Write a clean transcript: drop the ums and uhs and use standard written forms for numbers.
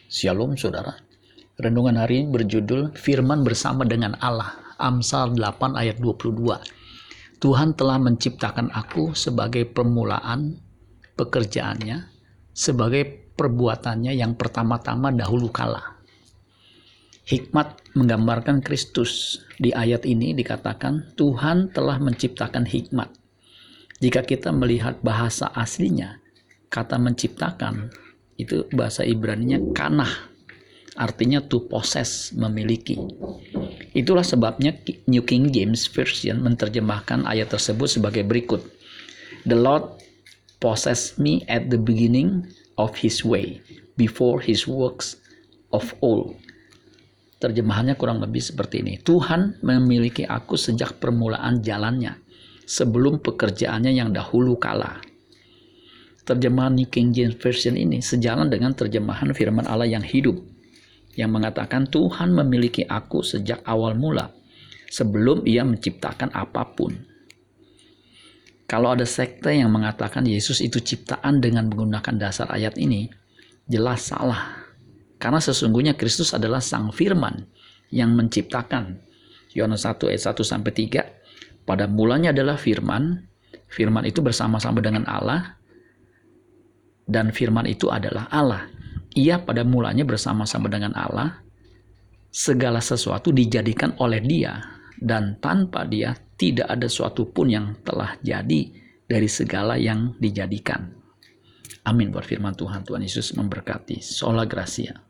Shalom saudara. Renungan hari ini berjudul Firman bersama dengan Allah. Amsal 8 ayat 22. Tuhan telah menciptakan aku sebagai permulaan pekerjaannya, sebagai perbuatannya yang pertama-tama dahulu kala. Hikmat menggambarkan Kristus. Di ayat ini dikatakan Tuhan telah menciptakan hikmat. Jika kita melihat bahasa aslinya, kata menciptakan itu bahasa Ibraninya kanah, artinya to possess, memiliki. Itulah sebabnya New King James Version menerjemahkan ayat tersebut sebagai berikut. The Lord possessed me at the beginning of his way, before his works of all. Terjemahannya kurang lebih seperti ini. Tuhan memiliki aku sejak permulaan jalannya, sebelum pekerjaannya yang dahulu kala. Terjemahan New King James Version ini sejalan dengan terjemahan firman Allah yang hidup, yang mengatakan Tuhan memiliki aku sejak awal mula, sebelum ia menciptakan apapun. Kalau ada sekte yang mengatakan Yesus itu ciptaan dengan menggunakan dasar ayat ini, jelas salah. Karena sesungguhnya Kristus adalah Sang Firman yang menciptakan. Yohanes 1 ayat 1-3, pada mulanya adalah Firman, Firman itu bersama-sama dengan Allah, dan Firman itu adalah Allah. Ia pada mulanya bersama-sama dengan Allah. Segala sesuatu dijadikan oleh Dia, dan tanpa Dia tidak ada sesuatu pun yang telah jadi dari segala yang dijadikan. Amin buat firman Tuhan. Tuhan Yesus memberkati. Sola Gracia.